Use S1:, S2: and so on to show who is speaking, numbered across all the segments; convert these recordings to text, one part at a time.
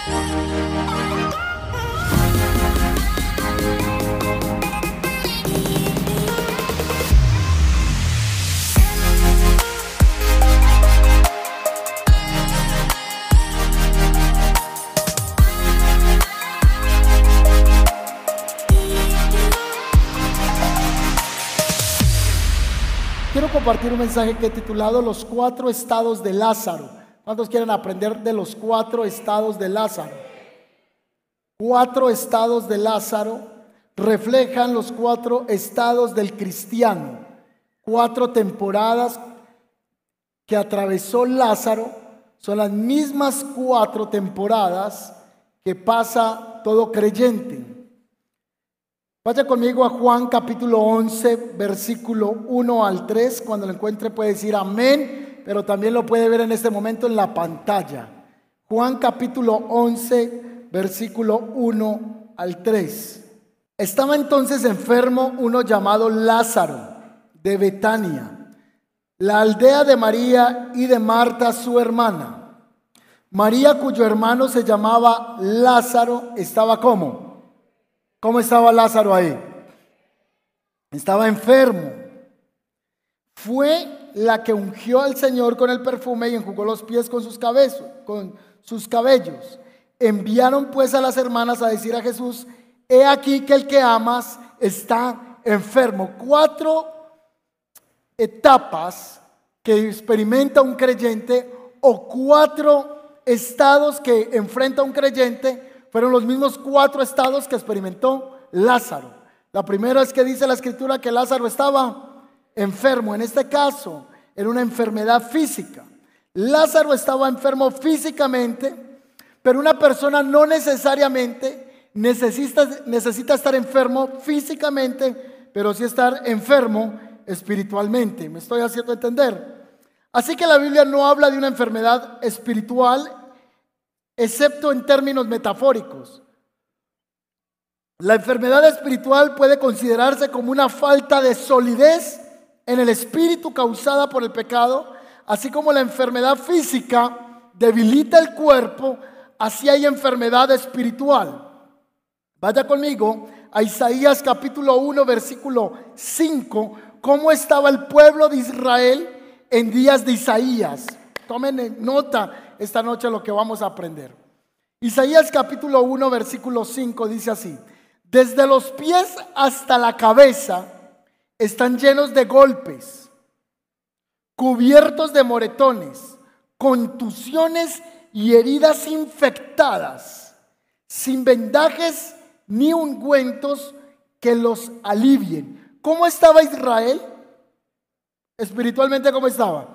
S1: Quiero compartir un mensaje que he titulado Los 4 estados de Lázaro. ¿Cuántos quieren aprender de los 4 estados de Lázaro? 4 estados de Lázaro reflejan los 4 estados del cristiano. 4 temporadas que atravesó Lázaro son las mismas 4 temporadas que pasa todo creyente. Vaya conmigo a Juan capítulo 11, versículo 1 al 3. Cuando lo encuentre puede decir amén, pero también lo puede ver en este momento en la pantalla. Juan capítulo 11, versículo 1 al 3. Estaba entonces enfermo uno llamado Lázaro de Betania, la aldea de María y de Marta su hermana. María, cuyo hermano se llamaba Lázaro, estaba ¿cómo? ¿Cómo estaba Lázaro ahí? Estaba enfermo. Fue la que ungió al Señor con el perfume y enjugó los pies con sus cabellos. Enviaron pues a las hermanas a decir a Jesús: he aquí que el que amas está enfermo. 4 etapas que experimenta un creyente, o 4 estados que enfrenta un creyente, fueron los mismos 4 estados que experimentó Lázaro. La primera es que dice la escritura que Lázaro estaba enfermo. En este caso era una enfermedad física. Lázaro estaba enfermo físicamente, pero una persona no necesariamente necesita estar enfermo físicamente, pero sí estar enfermo espiritualmente. ¿Me estoy haciendo entender? Así que la Biblia no habla de una enfermedad espiritual, excepto en términos metafóricos. La enfermedad espiritual puede considerarse como una falta de solidez en el espíritu causada por el pecado, así como la enfermedad física debilita el cuerpo, así hay enfermedad espiritual. Vaya conmigo a Isaías capítulo 1, versículo 5, cómo estaba el pueblo de Israel en días de Isaías. Tomen nota esta noche lo que vamos a aprender. Isaías capítulo 1, versículo 5 dice así: desde los pies hasta la cabeza están llenos de golpes, cubiertos de moretones, contusiones y heridas infectadas, sin vendajes ni ungüentos que los alivien. ¿Cómo estaba Israel? Espiritualmente, ¿cómo estaba?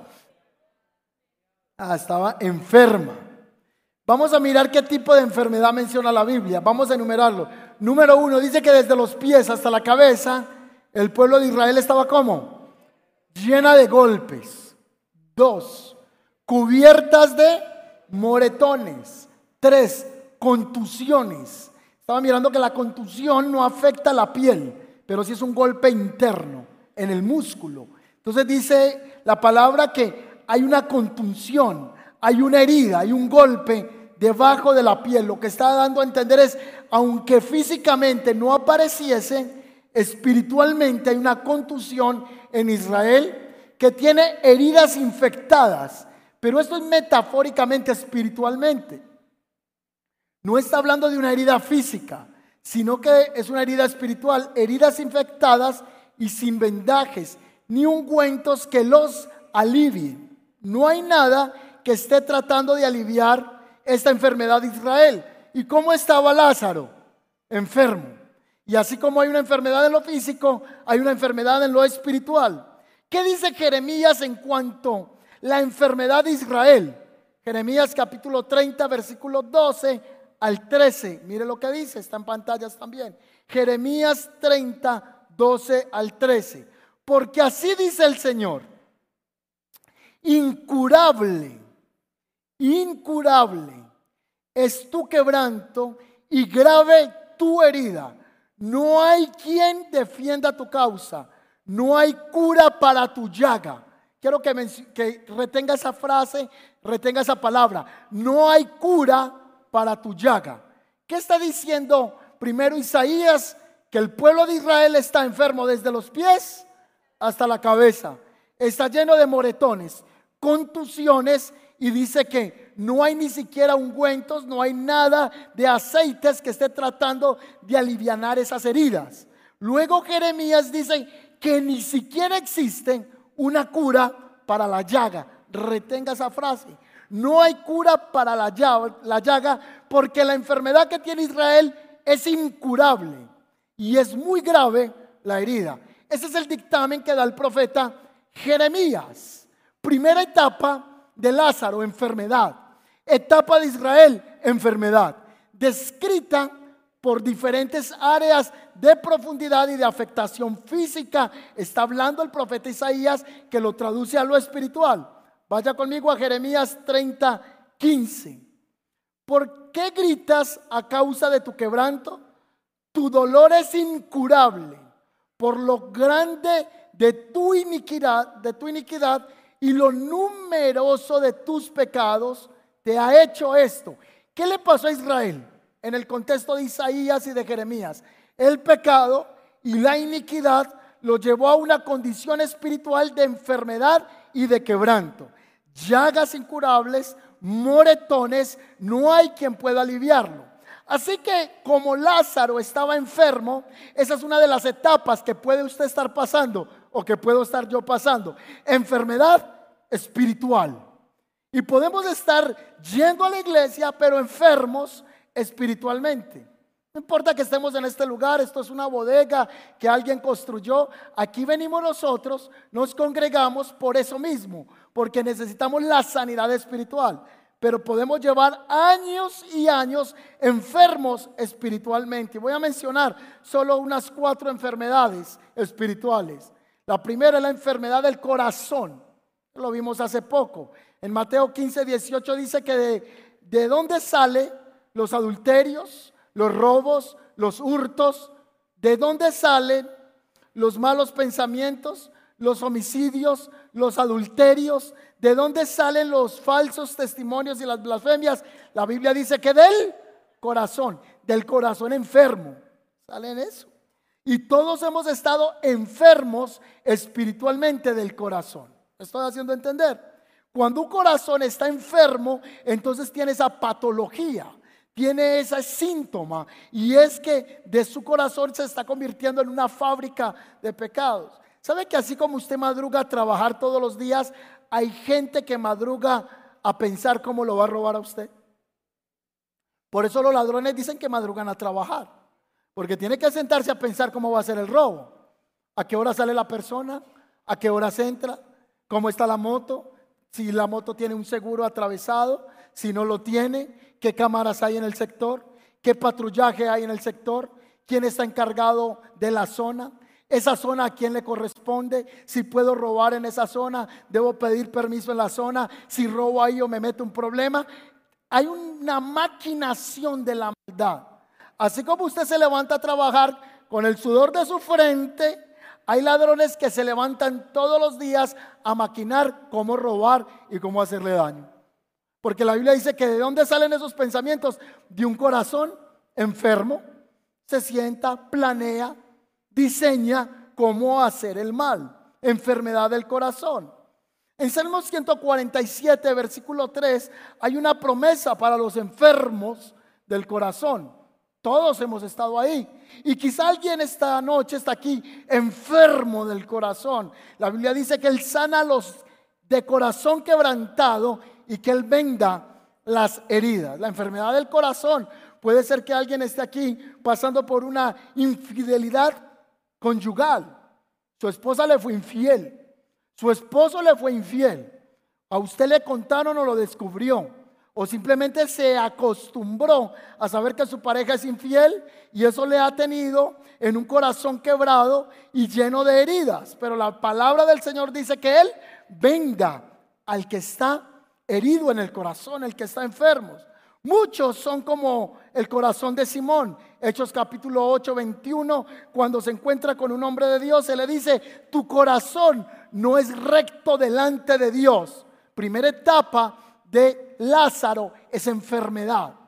S1: Estaba enferma. Vamos a mirar qué tipo de enfermedad menciona la Biblia. Vamos a enumerarlo. Número 1, dice que desde los pies hasta la cabeza el pueblo de Israel estaba ¿cómo? Llena de golpes. 2, cubiertas de moretones. 3, contusiones. Estaba mirando que la contusión no afecta la piel, pero sí es un golpe interno en el músculo. Entonces dice la palabra que hay una contusión, hay una herida, hay un golpe debajo de la piel. Lo que está dando a entender es, aunque físicamente no apareciese, espiritualmente hay una contusión en Israel que tiene heridas infectadas. Pero esto es metafóricamente, espiritualmente. No está hablando de una herida física, sino que es una herida espiritual. Heridas infectadas y sin vendajes ni ungüentos que los alivien. No hay nada que esté tratando de aliviar esta enfermedad de Israel. ¿Y cómo estaba Lázaro? Enfermo. Y así como hay una enfermedad en lo físico, hay una enfermedad en lo espiritual. ¿Qué dice Jeremías en cuanto a la enfermedad de Israel? Jeremías capítulo 30, versículo 12 al 13. Mire lo que dice, está en pantallas también. Jeremías 30, 12 al 13. Porque así dice el Señor: incurable es tu quebranto y grave tu herida. No hay quien defienda tu causa, no hay cura para tu llaga. Quiero que retenga esa frase, retenga esa palabra. No hay cura para tu llaga. ¿Qué está diciendo primero Isaías? Que el pueblo de Israel está enfermo desde los pies hasta la cabeza. Está lleno de moretones, contusiones, y dice que no hay ni siquiera ungüentos, no hay nada de aceites que esté tratando de alivianar esas heridas. Luego Jeremías dice que ni siquiera existe una cura para la llaga. Retenga esa frase. No hay cura para la llaga, porque la enfermedad que tiene Israel es incurable y es muy grave la herida. Ese es el dictamen que da el profeta Jeremías. Primera etapa de Lázaro, enfermedad. Etapa de Israel, enfermedad. Descrita por diferentes áreas de profundidad y de afectación física. Está hablando el profeta Isaías, que lo traduce a lo espiritual. Vaya conmigo a Jeremías 30:15. ¿Por qué gritas a causa de tu quebranto? Tu dolor es incurable por lo grande de tu iniquidad y lo numeroso de tus pecados te ha hecho esto. ¿Qué le pasó a Israel en el contexto de Isaías y de Jeremías? El pecado y la iniquidad lo llevó a una condición espiritual de enfermedad y de quebranto. Llagas incurables, moretones, no hay quien pueda aliviarlo. Así que como Lázaro estaba enfermo, esa es una de las etapas que puede usted estar pasando o que puedo estar yo pasando. Enfermedad espiritual. Y podemos estar yendo a la iglesia, pero enfermos espiritualmente. No importa que estemos en este lugar, esto es una bodega que alguien construyó. Aquí venimos nosotros, nos congregamos por eso mismo, porque necesitamos la sanidad espiritual. Pero podemos llevar años y años enfermos espiritualmente. Voy a mencionar solo unas 4 enfermedades espirituales. La primera es la enfermedad del corazón. Lo vimos hace poco. En Mateo 15:18 dice que de dónde salen los adulterios, los robos, los hurtos, de dónde salen los malos pensamientos, los homicidios, los adulterios, de dónde salen los falsos testimonios y las blasfemias. La Biblia dice que del corazón enfermo, salen eso. Y todos hemos estado enfermos espiritualmente del corazón. ¿Me estoy haciendo entender? Cuando un corazón está enfermo, entonces tiene esa patología, tiene ese síntoma, y es que de su corazón se está convirtiendo en una fábrica de pecados. ¿Sabe que así como usted madruga a trabajar todos los días, hay gente que madruga a pensar cómo lo va a robar a usted? Por eso los ladrones dicen que madrugan a trabajar, porque tiene que sentarse a pensar cómo va a ser el robo. ¿A qué hora sale la persona? ¿A qué horas entra? ¿Cómo está la moto? Si la moto tiene un seguro atravesado, si no lo tiene, qué cámaras hay en el sector, qué patrullaje hay en el sector, quién está encargado de la zona, esa zona a quién le corresponde, si puedo robar en esa zona, debo pedir permiso en la zona, si robo ahí o me meto un problema. Hay una maquinación de la maldad. Así como usted se levanta a trabajar con el sudor de su frente, hay ladrones que se levantan todos los días a maquinar cómo robar y cómo hacerle daño. Porque la Biblia dice que de dónde salen esos pensamientos, de un corazón enfermo. Se sienta, planea, diseña cómo hacer el mal. Enfermedad del corazón. En Salmos 147, versículo 3, hay una promesa para los enfermos del corazón. Todos hemos estado ahí. Y quizá alguien esta noche está aquí enfermo del corazón. La Biblia dice que Él sana a los de corazón quebrantado y que Él venda las heridas. La enfermedad del corazón. Puede ser que alguien esté aquí pasando por una infidelidad conyugal. Su esposa le fue infiel. Su esposo le fue infiel. A usted le contaron o lo descubrió. O simplemente se acostumbró a saber que su pareja es infiel y eso le ha tenido en un corazón quebrado y lleno de heridas. Pero la palabra del Señor dice que Él venga al que está herido en el corazón, el que está enfermo. Muchos son como el corazón de Simón. Hechos capítulo 8, 21, cuando se encuentra con un hombre de Dios, se le dice: tu corazón no es recto delante de Dios. Primera etapa de Lázaro es enfermedad.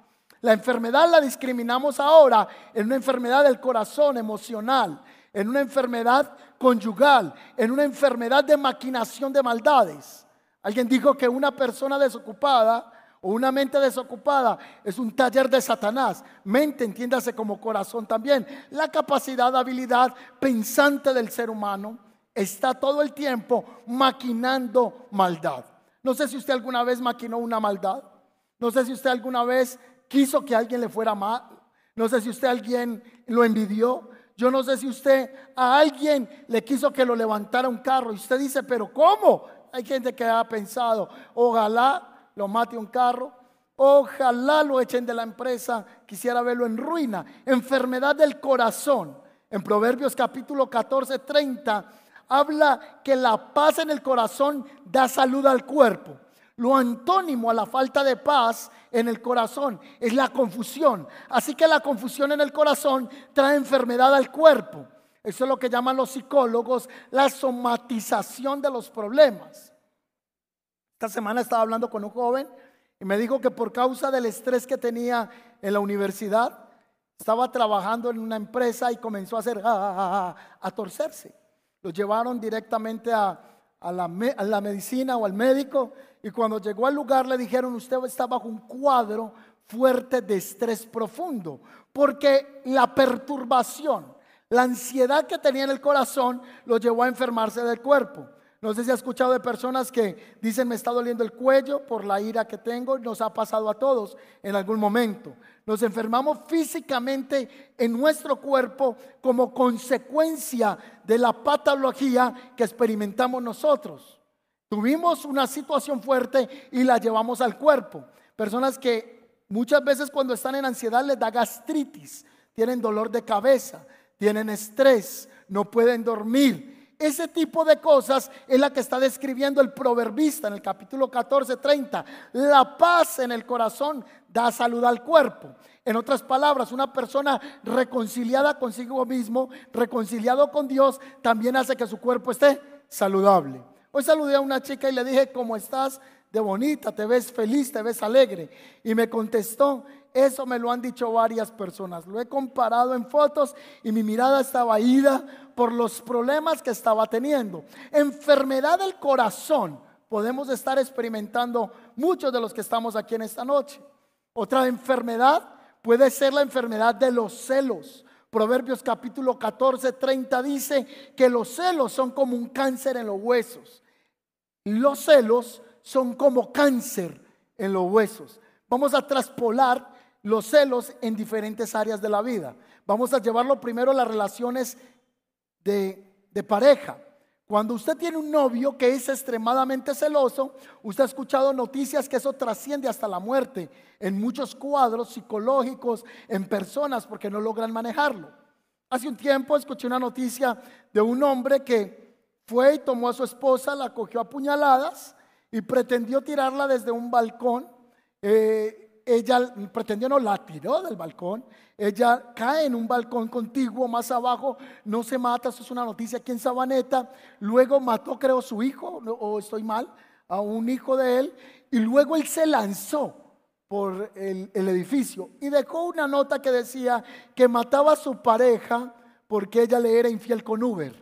S1: La enfermedad la discriminamos ahora en una enfermedad del corazón emocional, en una enfermedad conyugal, en una enfermedad de maquinación de maldades. Alguien dijo que una persona desocupada o una mente desocupada es un taller de Satanás. Mente, entiéndase como corazón también. La capacidad, habilidad pensante del ser humano está todo el tiempo maquinando maldad. No sé si usted alguna vez maquinó una maldad. No sé si usted alguna vez quiso que a alguien le fuera mal. No sé si usted a alguien lo envidió. Yo no sé si usted a alguien le quiso que lo levantara un carro. Y usted dice, pero ¿cómo? Hay gente que ha pensado, ojalá lo mate un carro, ojalá lo echen de la empresa, quisiera verlo en ruina. Enfermedad del corazón. En Proverbios capítulo 14:30 habla que la paz en el corazón da salud al cuerpo. Lo antónimo a la falta de paz en el corazón es la confusión. Así que la confusión en el corazón trae enfermedad al cuerpo. Eso es lo que llaman los psicólogos la somatización de los problemas. Esta semana estaba hablando con un joven y me dijo que por causa del estrés que tenía en la universidad, estaba trabajando en una empresa y comenzó a torcerse. Lo llevaron directamente a la medicina o al médico, y cuando llegó al lugar le dijeron: usted está bajo un cuadro fuerte de estrés profundo, porque la perturbación, la ansiedad que tenía en el corazón lo llevó a enfermarse del cuerpo. No sé si ha escuchado de personas que dicen: me está doliendo el cuello por la ira que tengo. Nos ha pasado a todos en algún momento. Nos enfermamos físicamente en nuestro cuerpo como consecuencia de la patología que experimentamos nosotros. Tuvimos una situación fuerte y la llevamos al cuerpo. Personas que muchas veces cuando están en ansiedad les da gastritis, tienen dolor de cabeza, tienen estrés, no pueden dormir. Ese tipo de cosas es la que está describiendo el proverbista en el capítulo 14:30. La paz en el corazón da salud al cuerpo. En otras palabras, una persona reconciliada consigo mismo, reconciliado con Dios, también hace que su cuerpo esté saludable. Hoy saludé a una chica y le dije: ¿cómo estás? De bonita, te ves feliz, te ves alegre. Y me contestó: eso me lo han dicho varias personas. Lo he comparado en fotos y mi mirada estaba ida por los problemas que estaba teniendo. Enfermedad del corazón podemos estar experimentando muchos de los que estamos aquí en esta noche. Otra enfermedad puede ser la enfermedad de los celos. Proverbios capítulo 14:30 dice que los celos son como un cáncer en los huesos. Los celos son como cáncer en los huesos. Vamos a traspolar los celos en diferentes áreas de la vida. Vamos a llevarlo primero a las relaciones de pareja. Cuando usted tiene un novio que es extremadamente celoso, usted ha escuchado noticias que eso trasciende hasta la muerte en muchos cuadros psicológicos, en personas, porque no logran manejarlo. Hace un tiempo escuché una noticia de un hombre que fue y tomó a su esposa, la cogió a puñaladas y pretendió tirarla desde un balcón. Ella pretendió, no, la tiró del balcón. Ella cae en un balcón contiguo más abajo, no se mata. Eso es una noticia aquí en Sabaneta. Luego mató, creo, su hijo, o estoy mal, a un hijo de él. Y luego él se lanzó por el edificio y dejó una nota que decía que mataba a su pareja porque ella le era infiel con Uber.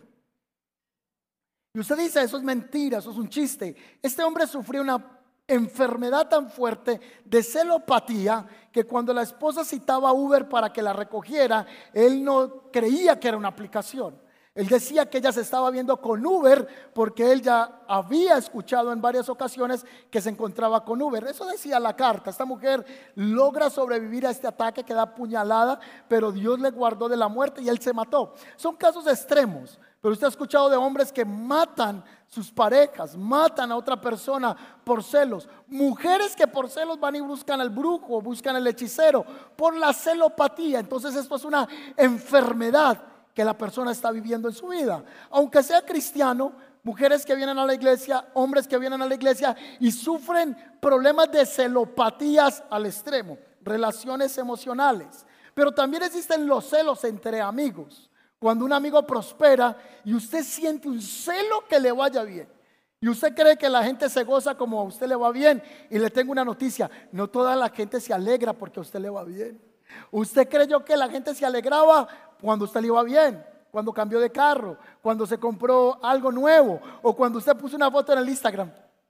S1: Y usted dice: eso es mentira, eso es un chiste. Este hombre sufrió una enfermedad tan fuerte de celopatía que cuando la esposa citaba Uber para que la recogiera, él no creía que era una aplicación. Él decía que ella se estaba viendo con Uber porque él ya había escuchado en varias ocasiones que se encontraba con Uber. Eso decía la carta. Esta mujer logra sobrevivir a este ataque, queda puñalada, pero Dios le guardó de la muerte y él se mató. Son casos extremos. Pero usted ha escuchado de hombres que matan sus parejas, matan a otra persona por celos. Mujeres que por celos van y buscan al brujo, buscan al hechicero, por la celopatía. Entonces esto es una enfermedad que la persona está viviendo en su vida. Aunque sea cristiano, mujeres que vienen a la iglesia, hombres que vienen a la iglesia y sufren problemas de celopatías al extremo, relaciones emocionales. Pero también existen los celos entre amigos. Cuando un amigo prospera y usted siente un celo que le vaya bien. Y usted cree que la gente se goza como a usted le va bien. Y le tengo una noticia: no toda la gente se alegra porque a usted le va bien. Usted creyó que la gente se alegraba cuando a usted le iba bien, cuando cambió de carro, cuando se compró algo nuevo, o cuando usted puso una foto en el Instagram.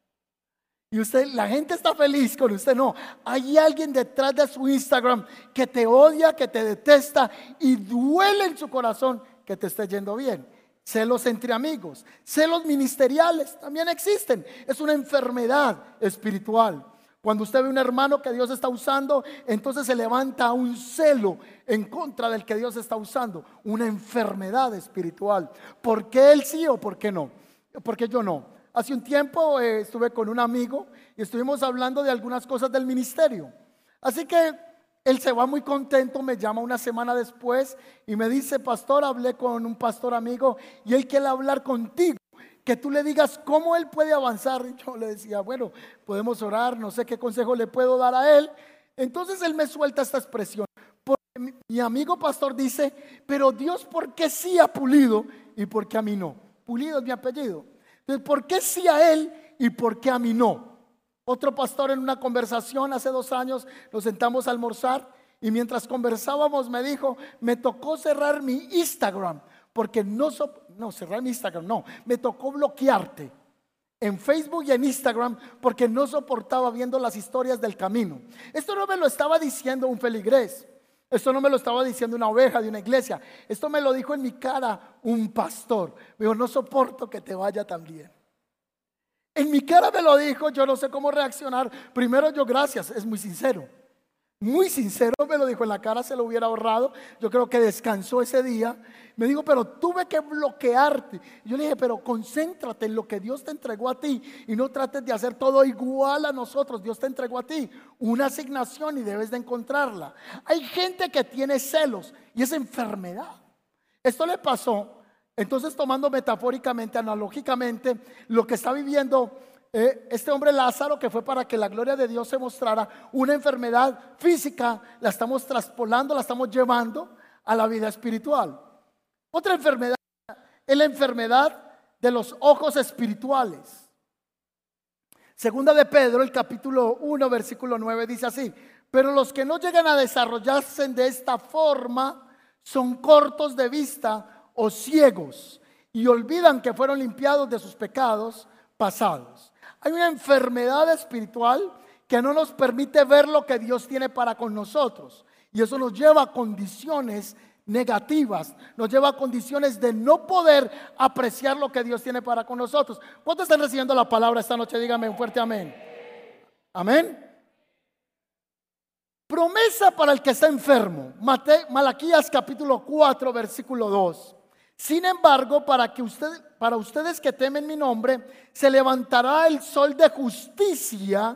S1: Y usted, la gente está feliz con usted. No, hay alguien detrás de su Instagram que te odia, que te detesta, y duele en su corazón que te esté yendo bien. Celos entre amigos, celos ministeriales también existen. Es una enfermedad espiritual. Cuando usted ve un hermano que Dios está usando, entonces se levanta un celo en contra del que Dios está usando. Una enfermedad espiritual. ¿Por qué él sí o por qué no? ¿Por qué yo no? Hace un tiempo estuve con un amigo y estuvimos hablando de algunas cosas del ministerio. Así que él se va muy contento, me llama una semana después y me dice: pastor, hablé con un pastor amigo y él quiere hablar contigo, que tú le digas cómo él puede avanzar. Y yo le decía: bueno, podemos orar, no sé qué consejo le puedo dar a él. Entonces él me suelta esta expresión: porque mi amigo pastor dice, pero Dios, ¿por qué sí a Pulido y por qué a mí no? Pulido es mi apellido. Entonces, ¿por qué sí a él y por qué a mí no? Otro pastor, en una conversación hace 2 años, nos sentamos a almorzar y mientras conversábamos me dijo: me tocó cerrar mi Instagram porque cerrar mi Instagram, no, me tocó bloquearte en Facebook y en Instagram porque no soportaba viendo las historias del camino. Esto no me lo estaba diciendo un feligrés, esto no me lo estaba diciendo una oveja de una iglesia, esto me lo dijo en mi cara un pastor. Me dijo: no soporto que te vaya tan bien. En mi cara me lo dijo, yo no sé cómo reaccionar. Primero yo, gracias, es muy sincero me lo dijo en la cara, se lo hubiera ahorrado. Yo creo que descansó ese día. Me dijo: pero tuve que bloquearte. Yo le dije: pero concéntrate en lo que Dios te entregó a ti y no trates de hacer todo igual a nosotros. Dios te entregó a ti una asignación y debes de encontrarla. Hay gente que tiene celos y es enfermedad. Esto le pasó. Entonces, tomando metafóricamente, analógicamente, lo que está viviendo este hombre Lázaro, que fue para que la gloria de Dios se mostrara, una enfermedad física, la estamos traspolando, la estamos llevando a la vida espiritual. Otra enfermedad es la enfermedad de los ojos espirituales. Segunda de Pedro, el capítulo 1, versículo 9 dice así: pero los que no llegan a desarrollarse de esta forma son cortos de vista o ciegos y olvidan que fueron limpiados de sus pecados pasados. Hay una enfermedad espiritual que no nos permite ver lo que Dios tiene para con nosotros, y eso nos lleva a condiciones negativas, nos lleva a condiciones de no poder apreciar lo que Dios tiene para con nosotros. ¿Cuántos están recibiendo la palabra esta noche? Dígame un fuerte amén. Amén. Promesa para el que está enfermo. Malaquías capítulo 4, versículo 2. Sin embargo, para ustedes que temen mi nombre, se levantará el sol de justicia.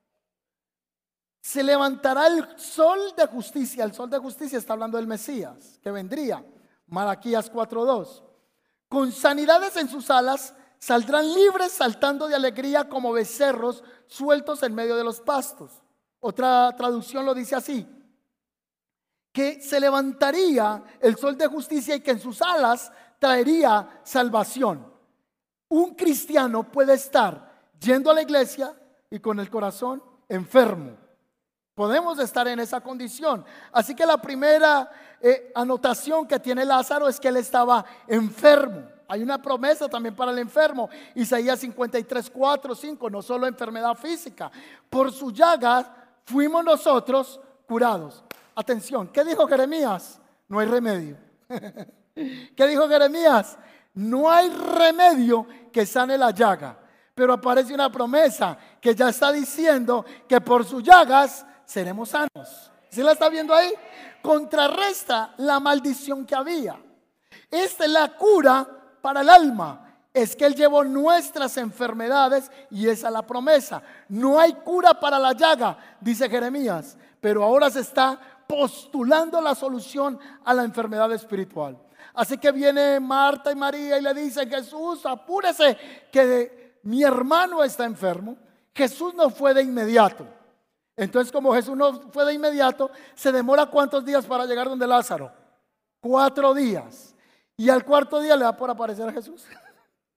S1: Se levantará el sol de justicia. El sol de justicia está hablando del Mesías que vendría. Malaquías 4:2. Con sanidades en sus alas saldrán libres, saltando de alegría como becerros sueltos en medio de los pastos. Otra traducción lo dice así: que se levantaría el sol de justicia y que en sus alas traería salvación. Un cristiano puede estar yendo a la iglesia y con el corazón enfermo. Podemos estar en esa condición. Así que la primera anotación que tiene Lázaro es que él estaba enfermo. Hay una promesa también para el enfermo. Isaías 53, 4, 5. No solo enfermedad física. Por su llagas fuimos nosotros curados. Atención, ¿qué dijo Jeremías? No hay remedio. ¿Qué dijo Jeremías? No hay remedio que sane la llaga. Pero aparece una promesa que ya está diciendo que por sus llagas seremos sanos. ¿Sí la está viendo ahí? Contrarresta la maldición que había. Esta es la cura para el alma. Es que Él llevó nuestras enfermedades y esa es la promesa. No hay cura para la llaga, dice Jeremías, pero ahora se está postulando la solución a la enfermedad espiritual. Así que viene Marta y María y le dicen: Jesús, apúrese que mi hermano está enfermo. Jesús no fue de inmediato. Entonces, como Jesús no fue de inmediato, se demora ¿cuántos días para llegar donde Lázaro? 4 días. Y al 4.º día le da por aparecer a Jesús.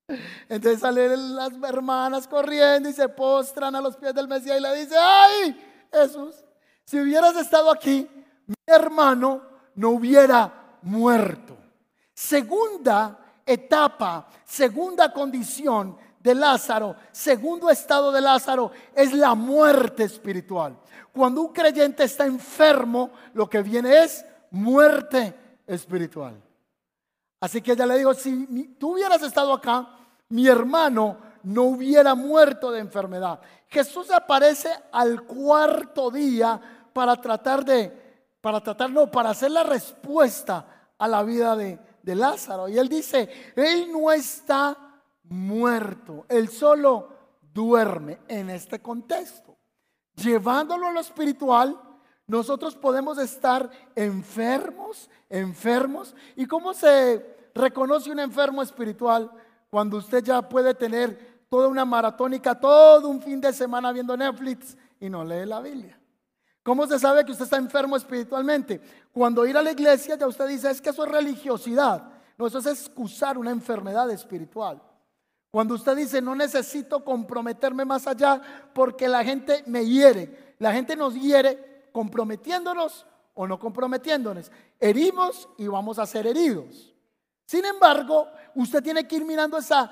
S1: Entonces salen las hermanas corriendo y se postran a los pies del Mesías y le dicen: ¡ay, Jesús, si hubieras estado aquí, mi hermano no hubiera muerto! Segunda etapa, segunda condición de Lázaro, segundo estado de Lázaro, es la muerte espiritual. Cuando un creyente está enfermo, lo que viene es muerte espiritual. Así que ella le dijo: si tú hubieras estado acá, mi hermano no hubiera muerto de enfermedad. Jesús aparece al cuarto día para hacer la respuesta a la vida de Lázaro. Y él dice: él no está muerto, él solo duerme. En este contexto, llevándolo a lo espiritual, nosotros podemos estar enfermos. ¿Y cómo se reconoce un enfermo espiritual? Cuando usted ya puede tener toda una maratónica, todo un fin de semana viendo Netflix y no lee la Biblia. ¿Cómo se sabe que usted está enfermo espiritualmente? Cuando ir a la iglesia ya usted dice: es que eso es religiosidad. No, eso es excusar una enfermedad espiritual. Cuando usted dice: no necesito comprometerme más allá porque la gente me hiere. La gente nos hiere comprometiéndonos o no comprometiéndonos. Herimos y vamos a ser heridos. Sin embargo, usted tiene que ir mirando esa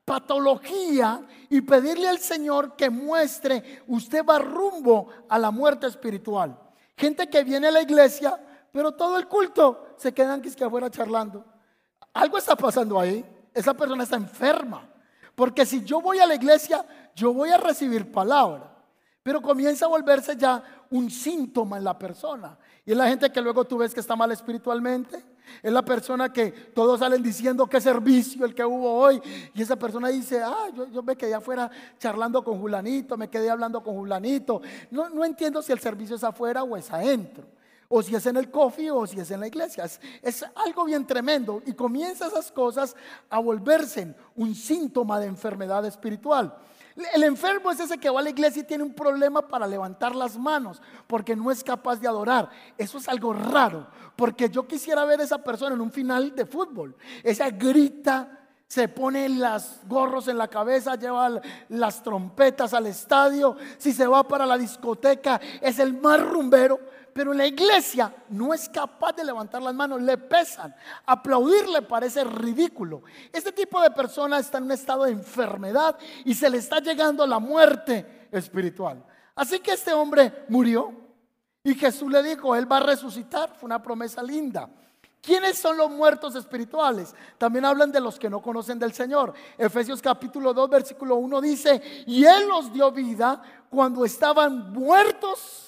S1: patología y pedirle al Señor que muestre: usted va rumbo a la muerte espiritual. Gente que viene a la iglesia, pero todo el culto se quedan que afuera charlando. Algo está pasando ahí. Esa persona está enferma. Porque si yo voy a la iglesia, yo voy a recibir palabra, pero comienza a volverse ya un síntoma en la persona. Y es la gente que luego tú ves que está mal espiritualmente. Es la persona que todos salen diciendo: qué servicio el que hubo hoy. Y esa persona dice: yo me quedé afuera charlando con Julanito, me quedé hablando con Julanito. No entiendo si el servicio es afuera o es adentro, o si es en el coffee o si es en la iglesia. Es algo bien tremendo. Y comienza esas cosas a volverse un síntoma de enfermedad espiritual. El enfermo es ese que va a la iglesia y tiene un problema para levantar las manos porque no es capaz de adorar. Eso es algo raro, porque yo quisiera ver a esa persona en un final de fútbol. Esa grita, se pone los gorros en la cabeza, lleva las trompetas al estadio. Si se va para la discoteca, es el más rumbero. Pero en la iglesia no es capaz de levantar las manos, le pesan. Aplaudir le parece ridículo. Este tipo de persona está en un estado de enfermedad y se le está llegando la muerte espiritual. Así que este hombre murió y Jesús le dijo: él va a resucitar. Fue una promesa linda. ¿Quiénes son los muertos espirituales? También hablan de los que no conocen del Señor. Efesios capítulo 2 versículo 1 dice: y Él los dio vida cuando estaban muertos.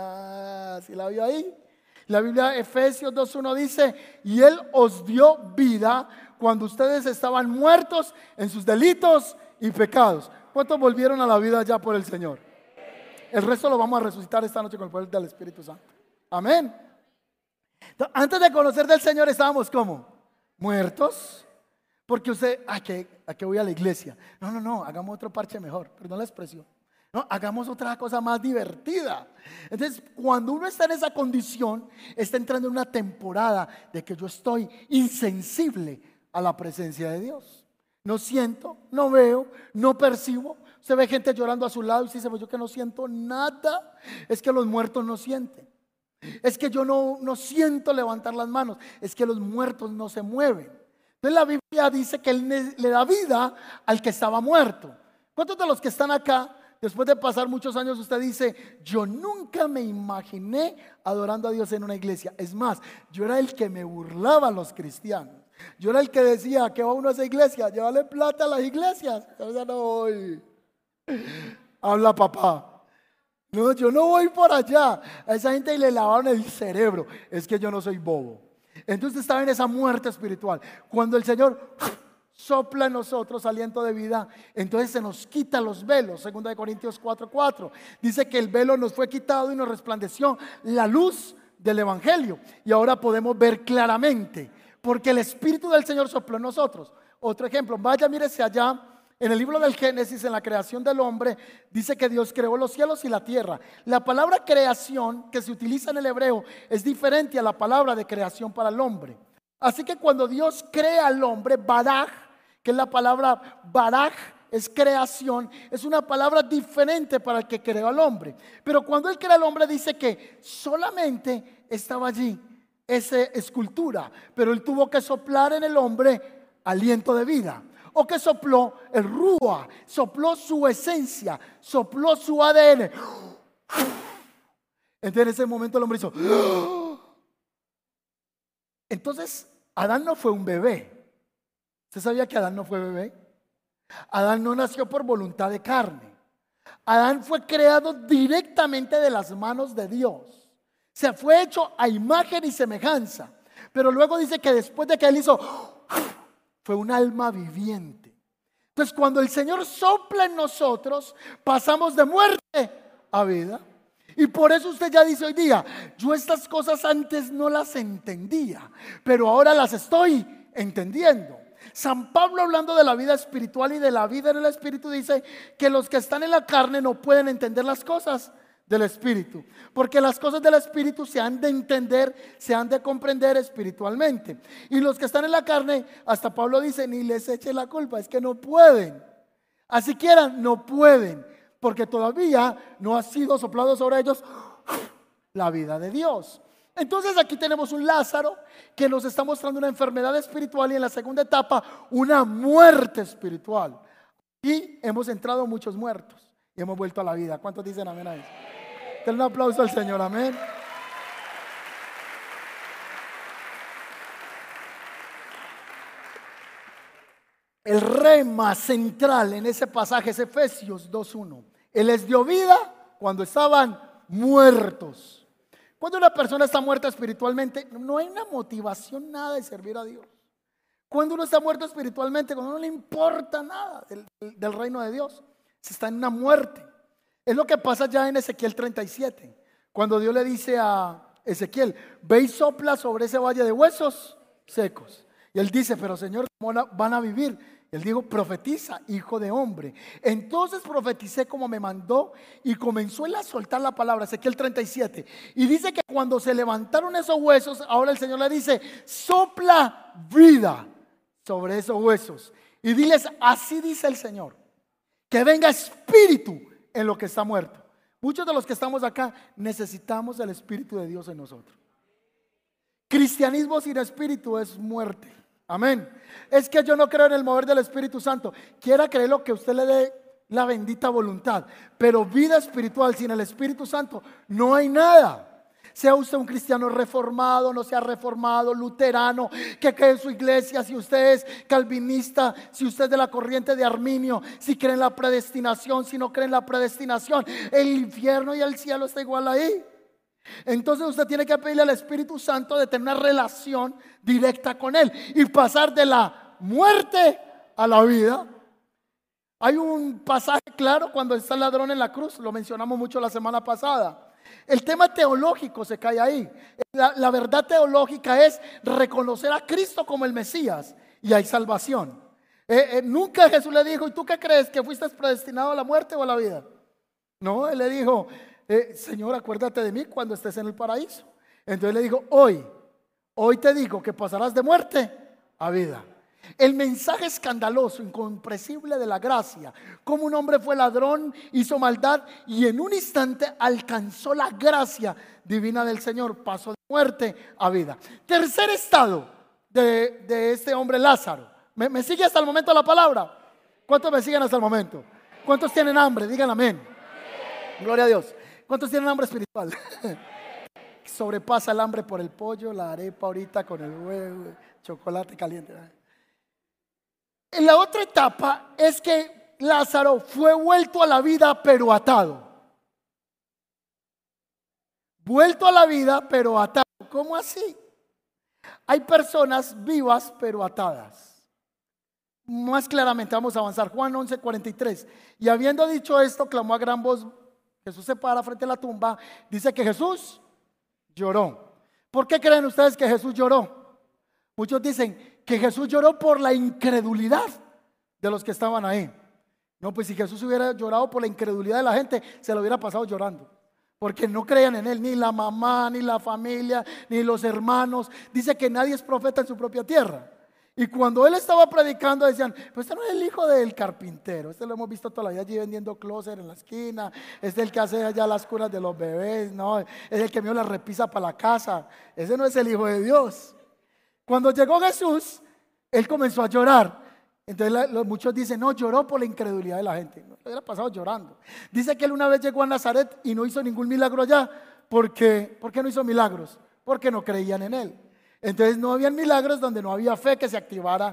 S1: ¿Sí la vio ahí? La Biblia, Efesios 2:1 dice: y Él os dio vida cuando ustedes estaban muertos en sus delitos y pecados. ¿Cuántos volvieron a la vida ya por el Señor? El resto lo vamos a resucitar esta noche con el poder del Espíritu Santo. Amén. Entonces, antes de conocer del Señor estábamos ¿cómo? Muertos. Porque usted: ¿a qué voy a la iglesia? No, hagamos otro parche mejor. Perdón la expresión. No, hagamos otra cosa más divertida. Entonces, cuando uno está en esa condición, está entrando en una temporada de que yo estoy insensible a la presencia de Dios. No siento, no veo, no percibo. Usted ve gente llorando a su lado y usted dice: pues yo que no siento nada. Es que los muertos no sienten. Es que yo no siento levantar las manos. Es que los muertos no se mueven. Entonces la Biblia dice que Él le da vida al que estaba muerto. ¿Cuántos de los que están acá, después de pasar muchos años, usted dice: yo nunca me imaginé adorando a Dios en una iglesia? Es más, yo era el que me burlaba a los cristianos. Yo era el que decía: ¿qué va uno a esa iglesia? Llévale plata a las iglesias. Yo no voy. Habla papá. No, yo no voy por allá. A esa gente le lavaron el cerebro. Es que yo no soy bobo. Entonces estaba en esa muerte espiritual. Cuando el Señor sopla en nosotros aliento de vida, entonces se nos quita los velos. 2 Corintios 4:4 dice que el velo nos fue quitado y nos resplandeció la luz del evangelio. Y ahora podemos ver claramente, porque el Espíritu del Señor sopló en nosotros. Otro ejemplo, vaya, mírese allá. En el libro del Génesis, en la creación del hombre, dice que Dios creó los cielos y la tierra. La palabra creación que se utiliza en el hebreo es diferente a la palabra de creación para el hombre. Así que cuando Dios crea al hombre, baraj, que es la palabra baraj, es creación, es una palabra diferente para el que creó al hombre. Pero cuando él crea al hombre dice que solamente estaba allí esa escultura, pero él tuvo que soplar en el hombre aliento de vida. O que sopló el rúa, sopló su esencia, sopló su ADN. Entonces en ese momento el hombre hizo. Entonces Adán no fue un bebé. ¿Usted sabía que Adán no fue bebé? Adán no nació por voluntad de carne. Adán fue creado directamente de las manos de Dios. Se fue hecho a imagen y semejanza. Pero luego dice que después de que él hizo, fue un alma viviente. Entonces cuando el Señor sopla en nosotros, pasamos de muerte a vida. Y por eso usted ya dice hoy día, yo estas cosas antes no las entendía, pero ahora las estoy entendiendo. San Pablo, hablando de la vida espiritual y de la vida en el espíritu, dice que los que están en la carne no pueden entender las cosas del espíritu, porque las cosas del espíritu se han de entender, se han de comprender espiritualmente. Y los que están en la carne, hasta Pablo dice, ni les eche la culpa, es que no pueden. Así quieran, no pueden, porque todavía no ha sido soplado sobre ellos la vida de Dios. Entonces aquí tenemos un Lázaro que nos está mostrando una enfermedad espiritual y en la segunda etapa una muerte espiritual. Y hemos entrado muchos muertos y hemos vuelto a la vida. ¿Cuántos dicen amén a eso? Denle un aplauso al Señor, amén. El rema central en ese pasaje es Efesios 2:1. Él les dio vida cuando estaban muertos. Cuando una persona está muerta espiritualmente, no hay una motivación nada de servir a Dios. Cuando uno está muerto espiritualmente, cuando no le importa nada del reino de Dios, se está en una muerte. Es lo que pasa ya en Ezequiel 37, cuando Dios le dice a Ezequiel, ve y sopla sobre ese valle de huesos secos. Y él dice, pero Señor, ¿cómo van a vivir? Él dijo, profetiza, hijo de hombre. Entonces profeticé como me mandó y comenzó él a soltar la palabra, Ezequiel 37. Y dice que cuando se levantaron esos huesos, ahora el Señor le dice, sopla vida sobre esos huesos. Y diles, así dice el Señor, que venga espíritu en lo que está muerto. Muchos de los que estamos acá necesitamos el Espíritu de Dios en nosotros. Cristianismo sin espíritu es muerte. Amén. Es que yo no creo en el mover del Espíritu Santo. Quiera creer lo que usted le dé la bendita voluntad, pero vida espiritual sin el Espíritu Santo no hay nada. Sea usted un cristiano reformado, no sea reformado, luterano, que cree en su iglesia, si usted es calvinista, si usted es de la corriente de Arminio, si cree en la predestinación, si no cree en la predestinación, el infierno y el cielo está igual ahí. Entonces usted tiene que pedirle al Espíritu Santo de tener una relación directa con Él y pasar de la muerte a la vida. Hay un pasaje claro cuando está el ladrón en la cruz, lo mencionamos mucho la semana pasada. El tema teológico se cae ahí. La verdad teológica es reconocer a Cristo como el Mesías y hay salvación. Nunca Jesús le dijo, ¿y tú qué crees? ¿Que fuiste predestinado a la muerte o a la vida? No, Él le dijo, Señor, acuérdate de mí cuando estés en el paraíso. Entonces le dijo, hoy te digo que pasarás de muerte a vida. El mensaje escandaloso, incomprensible de la gracia, como un hombre fue ladrón, hizo maldad y en un instante alcanzó la gracia divina del Señor, pasó de muerte a vida. Tercer estado de este hombre Lázaro. ¿Me sigue hasta el momento la palabra? ¿Cuántos me siguen hasta el momento? ¿Cuántos tienen hambre? Digan amén. Gloria a Dios. ¿Cuántos tienen hambre espiritual? Sobrepasa el hambre por el pollo, la arepa ahorita con el huevo, chocolate caliente. En la otra etapa es que Lázaro fue vuelto a la vida pero atado. Vuelto a la vida pero atado. ¿Cómo así? Hay personas vivas pero atadas. Más claramente vamos a avanzar. Juan 11:43. Y habiendo dicho esto, clamó a gran voz. Jesús se para frente a la tumba. Dice que Jesús lloró. ¿Por qué creen ustedes que Jesús lloró? Muchos dicen que Jesús lloró por la incredulidad de los que estaban ahí. No, pues si Jesús hubiera llorado por la incredulidad de la gente, se lo hubiera pasado llorando. Porque no creían en Él, ni la mamá, ni la familia, ni los hermanos. Dice que nadie es profeta en su propia tierra. Y cuando él estaba predicando decían, pues este no es el hijo del carpintero, este lo hemos visto toda la vida allí vendiendo closet en la esquina, este es el que hace allá las curas de los bebés, no, es el que mío la repisa para la casa, ese no es el hijo de Dios. Cuando llegó Jesús, él comenzó a llorar. Entonces muchos dicen, no, lloró por la incredulidad de la gente. No, él ha pasado llorando. Dice que él una vez llegó a Nazaret y no hizo ningún milagro allá. ¿Por qué no hizo milagros? Porque no creían en él. Entonces no habían milagros donde no había fe que se activara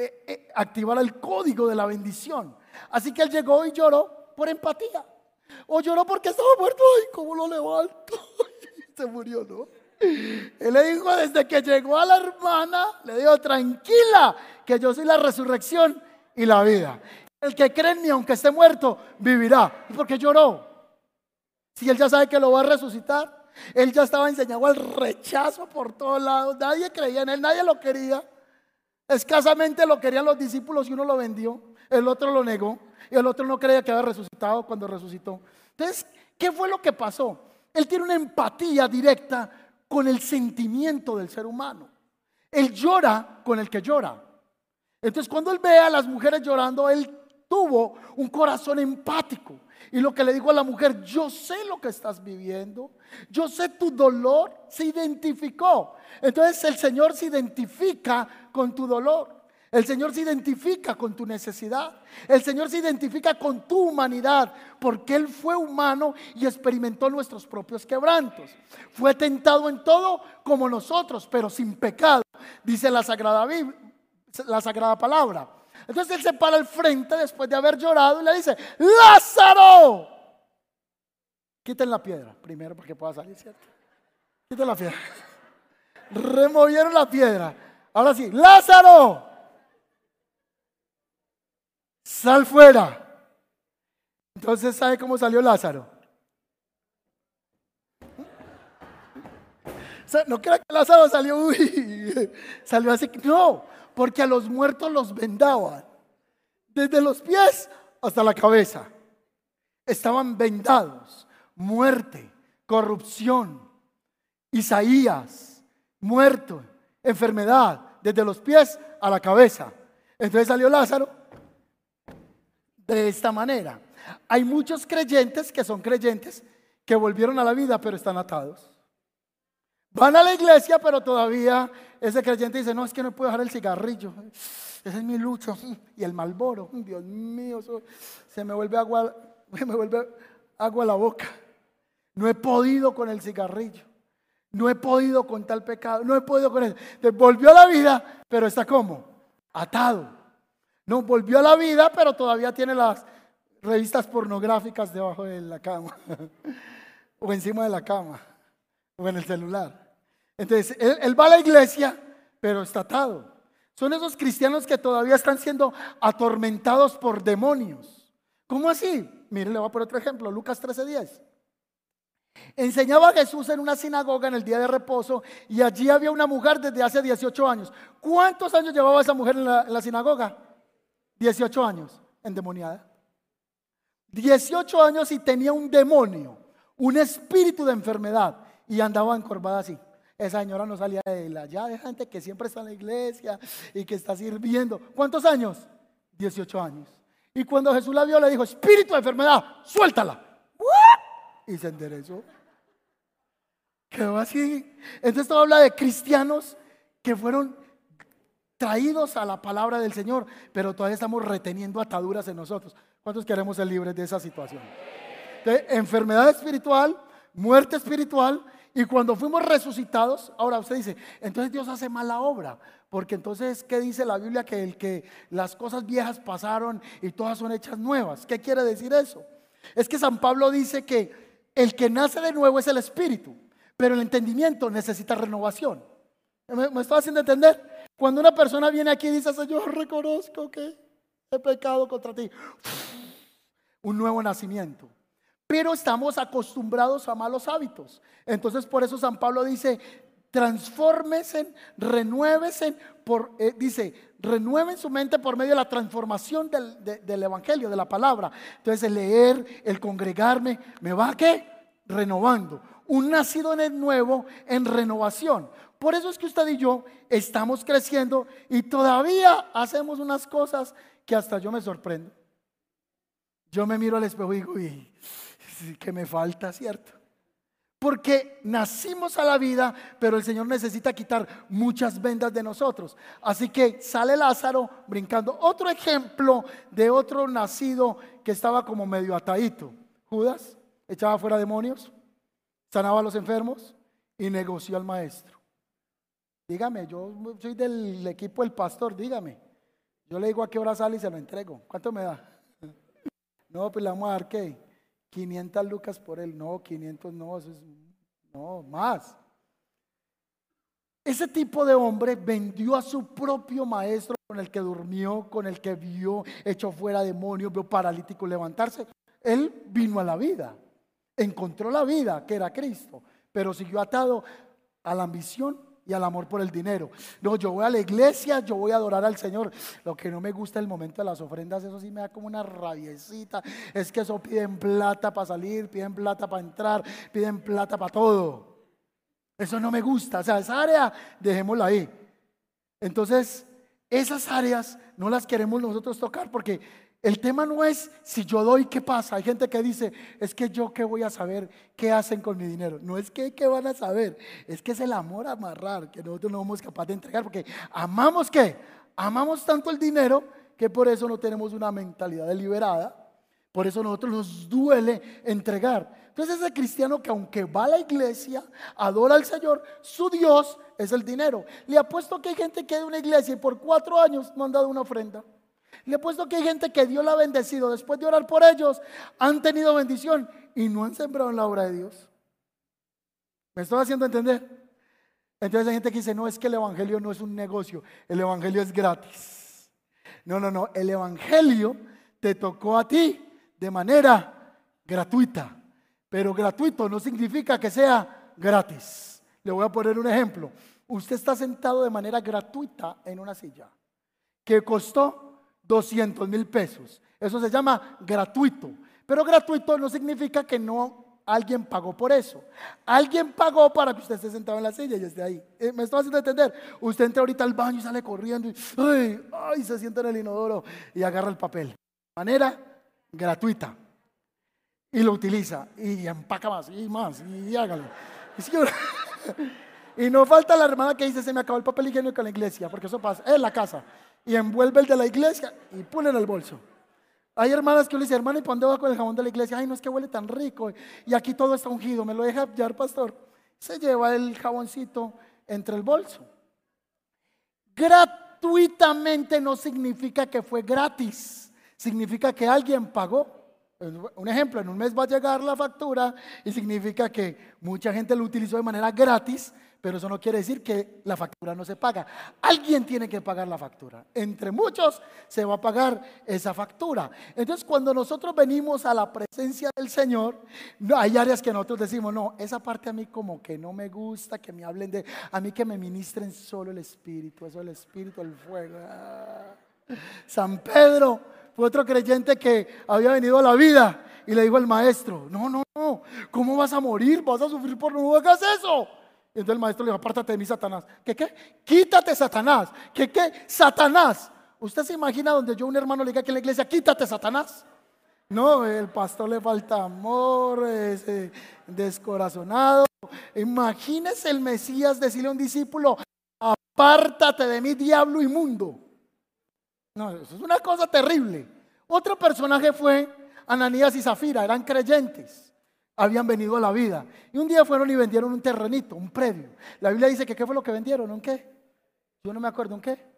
S1: el código de la bendición. Así que él llegó y lloró por empatía. O lloró porque estaba muerto. Ay, ¿cómo lo levanto? Se murió, ¿no? Él le dijo, desde que llegó a la hermana, le dijo, tranquila, que yo soy la resurrección y la vida. El que cree en mí, aunque esté muerto, vivirá. ¿Y por qué lloró? Si él ya sabe que lo va a resucitar. Él ya estaba enseñado al rechazo por todos lados. Nadie creía en él, nadie lo quería. Escasamente lo querían los discípulos y uno lo vendió. El otro lo negó y el otro no creía que había resucitado cuando resucitó. Entonces, ¿qué fue lo que pasó? Él tiene una empatía directa con el sentimiento del ser humano. Él llora con el que llora. Entonces cuando él ve a las mujeres llorando, él tuvo un corazón empático. Y lo que le dijo a la mujer, yo sé lo que estás viviendo, yo sé tu dolor, se identificó. Entonces el Señor se identifica con tu dolor. El Señor se identifica con tu necesidad. El Señor se identifica con tu humanidad, porque Él fue humano y experimentó nuestros propios quebrantos. Fue tentado en todo como nosotros, pero sin pecado, dice la Sagrada Palabra. Entonces Él se para al frente después de haber llorado y le dice, ¡Lázaro! Quiten la piedra primero porque pueda salir, ¿cierto? Quiten la piedra. Removieron la piedra. Ahora sí, ¡Lázaro! Sal fuera. Entonces, ¿sabe cómo salió Lázaro? No crea que Lázaro salió, salió así. No, porque a los muertos los vendaban desde los pies hasta la cabeza. Estaban vendados. Muerte, corrupción, Isaías, muerto, enfermedad, desde los pies a la cabeza. Entonces salió Lázaro de esta manera. Hay muchos creyentes que son creyentes que volvieron a la vida pero están atados. Van a la iglesia pero todavía ese creyente dice, no, es que no puedo dejar el cigarrillo, esa es mi lucha, y el Marlboro, Dios mío, eso, se me vuelve agua a la boca. No he podido con el cigarrillo, no he podido con tal pecado, no he podido con él. Entonces, volvió a la vida pero está como atado. No, volvió a la vida pero todavía tiene las revistas pornográficas debajo de la cama o encima de la cama o en el celular. Entonces él va a la iglesia pero está atado. Son esos cristianos que todavía están siendo atormentados por demonios. ¿Cómo así? Miren, le voy a poner otro ejemplo. Lucas 13:10. Enseñaba Jesús en una sinagoga en el día de reposo y allí había una mujer desde hace 18 años. ¿Cuántos años llevaba esa mujer en la sinagoga? 18 años, endemoniada. 18 años y tenía un demonio, un espíritu de enfermedad y andaba encorvada así. Esa señora no salía de la ya de gente que siempre está en la iglesia y que está sirviendo. ¿Cuántos años? 18 años. Y cuando Jesús la vio le dijo, espíritu de enfermedad, suéltala. Y se enderezó. Quedó así. Entonces todo habla de cristianos que fueron traídos a la palabra del Señor, pero todavía estamos reteniendo ataduras en nosotros. ¿Cuántos queremos ser libres de esa situación? Entonces, enfermedad espiritual, muerte espiritual, y cuando fuimos resucitados, ahora usted dice, entonces Dios hace mala obra, porque entonces, ¿qué dice la Biblia? Que las cosas viejas pasaron y todas son hechas nuevas. ¿Qué quiere decir eso? Es que San Pablo dice que el que nace de nuevo es el espíritu, pero el entendimiento necesita renovación. ¿Me estoy haciendo entender? Cuando una persona viene aquí y dice, Señor, reconozco que he pecado contra ti, un nuevo nacimiento. Pero estamos acostumbrados a malos hábitos. Entonces por eso San Pablo dice, transfórmense, renuévense, renueven su mente por medio de la transformación del evangelio, de la palabra. Entonces el leer, el congregarme, ¿me va a qué? Renovando. Un nacido en el nuevo en renovación. Por eso es que usted y yo estamos creciendo y todavía hacemos unas cosas que hasta yo me sorprendo. Yo me miro al espejo y digo, y que me falta, ¿cierto? Porque nacimos a la vida, pero el Señor necesita quitar muchas vendas de nosotros. Así que sale Lázaro brincando. Otro ejemplo de otro nacido que estaba como medio atadito. Judas echaba fuera demonios, sanaba a los enfermos y negoció al maestro. Dígame, yo soy del equipo del pastor, dígame. Yo le digo a qué hora sale y se lo entrego. ¿Cuánto me da? No, pues le vamos a dar ¿qué? 500 lucas por él. No, 500 no, eso es, no, más. Ese tipo de hombre vendió a su propio maestro con el que durmió, con el que vio, echó fuera demonios, vio paralíticos levantarse. Él vino a la vida, encontró la vida que era Cristo, pero siguió atado a la ambición y al amor por el dinero. No, yo voy a la iglesia, yo voy a adorar al Señor. Lo que no me gusta es el momento de las ofrendas, eso sí me da como una rabiecita. Es que eso piden plata para salir, piden plata para entrar, piden plata para todo. Eso no me gusta, o sea, esa área dejémosla ahí. Entonces, esas áreas no las queremos nosotros tocar porque el tema no es si yo doy, ¿qué pasa? Hay gente que dice, es que yo qué voy a saber qué hacen con mi dinero. No es que qué van a saber, es que es el amor a amarrar que nosotros no somos capaces de entregar porque amamos ¿qué? Amamos tanto el dinero que por eso no tenemos una mentalidad deliberada. Por eso a nosotros nos duele entregar. Entonces ese cristiano que aunque va a la iglesia, adora al Señor, su Dios es el dinero. Le apuesto que hay gente que de una iglesia y por 4 años no han dado una ofrenda. Le apuesto que hay gente que Dios la ha bendecido. Después de orar por ellos, han tenido bendición y no han sembrado en la obra de Dios. ¿Me estoy haciendo entender? Entonces hay gente que dice, no, es que el evangelio no es un negocio, el evangelio es gratis. No, el evangelio te tocó a ti de manera gratuita. Pero gratuito no significa que sea gratis. Le voy a poner un ejemplo. Usted está sentado de manera gratuita en una silla que costó 200,000 pesos. Eso se llama gratuito. Pero gratuito no significa que no alguien pagó por eso. Alguien pagó para que usted esté sentado en la silla y esté ahí. ¿Me estoy haciendo entender? Usted entra ahorita al baño y sale corriendo y ay, se sienta en el inodoro y agarra el papel. De manera gratuita. Y lo utiliza y empaca más y hágalo. Y no falta la hermana que dice, se me acabó el papel higiénico en la iglesia, porque eso pasa, en la casa. Y envuelve el de la iglesia y pone en el bolso. Hay hermanas que le dicen, hermana, ¿y para dónde va con el jabón de la iglesia? Ay, no, es que huele tan rico. Y aquí todo está ungido, ¿me lo deja llevar, pastor? Se lleva el jaboncito entre el bolso. Gratuitamente no significa que fue gratis. Significa que alguien pagó. Un ejemplo, en un mes va a llegar la factura y significa que mucha gente lo utilizó de manera gratis, pero eso no quiere decir que la factura no se paga. Alguien tiene que pagar la factura. Entre muchos se va a pagar esa factura. Entonces, cuando nosotros venimos a la presencia del Señor, no, hay áreas que nosotros decimos, no, esa parte a mí como que no me gusta, que me hablen de, a mí que me ministren solo el Espíritu, eso el Espíritu, el fuego. San Pedro fue otro creyente que había venido a la vida y le dijo al maestro, no, ¿cómo vas a morir? ¿Vas a sufrir por no hagas eso? Y entonces el maestro le dijo, apártate de mí, Satanás. ¿Qué? Quítate, Satanás. ¿Qué? Satanás. ¿Usted se imagina donde yo a un hermano le diga aquí en la iglesia, quítate, Satanás? No, el pastor le falta amor, es descorazonado. Imagínese el Mesías decirle a un discípulo, apártate de mí, diablo inmundo. No, eso es una cosa terrible. Otro personaje fue Ananías y Zafira, eran creyentes, habían venido a la vida y un día fueron y vendieron un terrenito, un predio. La Biblia dice que ¿qué fue lo que vendieron? ¿Un qué? Yo no me acuerdo, ¿un qué?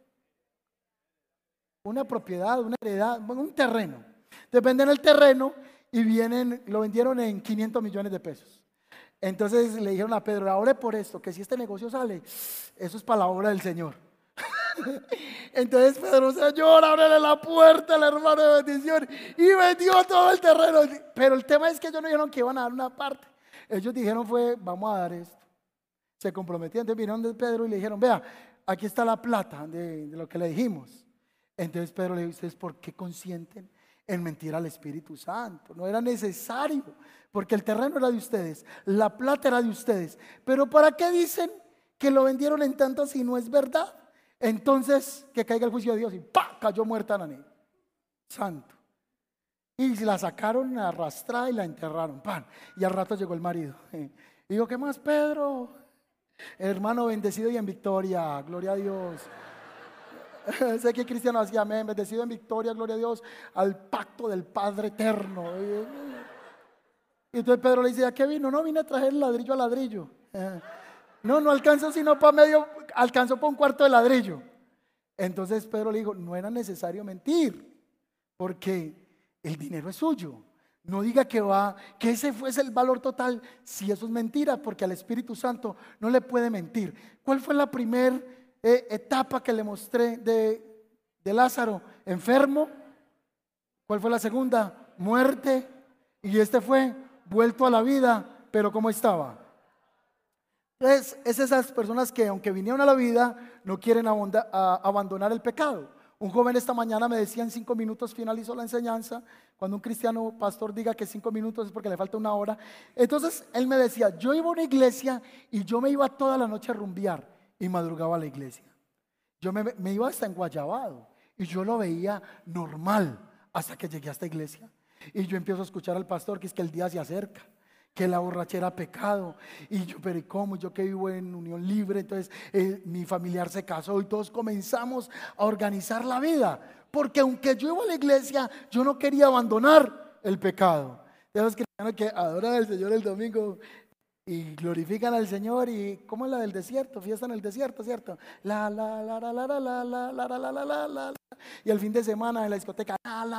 S1: Una propiedad, una heredad, un terreno. Dependen del terreno y lo vendieron en 500 millones de pesos. Entonces le dijeron a Pedro, ore por esto, que si este negocio sale, eso es para la obra del Señor. Entonces Pedro, Señor, ábrele la puerta al hermano de bendición y vendió todo el terreno. Pero el tema es que ellos no dijeron que iban a dar una parte. Ellos dijeron vamos a dar esto. Se comprometían, entonces vinieron de Pedro y le dijeron, vea, aquí está la plata de lo que le dijimos. Entonces Pedro le dijo, ¿ustedes por qué consienten en mentir al Espíritu Santo? No era necesario, porque el terreno era de ustedes, la plata era de ustedes. Pero ¿para qué dicen que lo vendieron en tantas y no es verdad. Entonces, que caiga el juicio de Dios y ¡pa! Cayó muerta Ananí. Santo. Y la sacaron arrastrada y la enterraron. ¡Pam! Y al rato llegó el marido. Y digo, ¿qué más, Pedro? Hermano, bendecido y en victoria. Gloria a Dios. Sé que cristiano hacía amén. Bendecido en victoria, gloria a Dios. Al pacto del Padre eterno. Y entonces Pedro le dice, ¿a qué vino? No, vine a traer ladrillo a ladrillo. No alcanzó sino para medio, alcanzó para un cuarto de ladrillo. Entonces Pedro le dijo, no era necesario mentir, porque el dinero es suyo. No diga que ese fuese el valor total, si eso es mentira, porque al Espíritu Santo no le puede mentir. ¿Cuál fue la primera etapa que le mostré de Lázaro? Enfermo. ¿Cuál fue la segunda? Muerte. Y este fue vuelto a la vida, pero ¿cómo estaba? Entonces, es esas personas que aunque vinieron a la vida, no quieren abandonar el pecado. Un joven esta mañana me decía, en 5 minutos finalizó la enseñanza. Cuando un cristiano pastor diga que 5 minutos es porque le falta 1 hora. Entonces él me decía, yo iba a una iglesia y yo me iba toda la noche a rumbear y madrugaba a la iglesia. Yo me iba hasta en Guayabado y yo lo veía normal hasta que llegué a esta iglesia. Y yo empiezo a escuchar al pastor que es que el día se acerca, que la borrachera pecado. Y yo, pero ¿y cómo? Yo que vivo en unión libre, entonces mi familiar se casó y todos comenzamos a organizar la vida. Porque aunque yo iba a la iglesia, yo no quería abandonar el pecado. De los cristianos que adoran al Señor el domingo y glorifican al Señor. Y ¿cómo es la del desierto? Fiesta en el desierto, ¿cierto? La la la la la la la la la la la la la. Y el fin de semana en la discoteca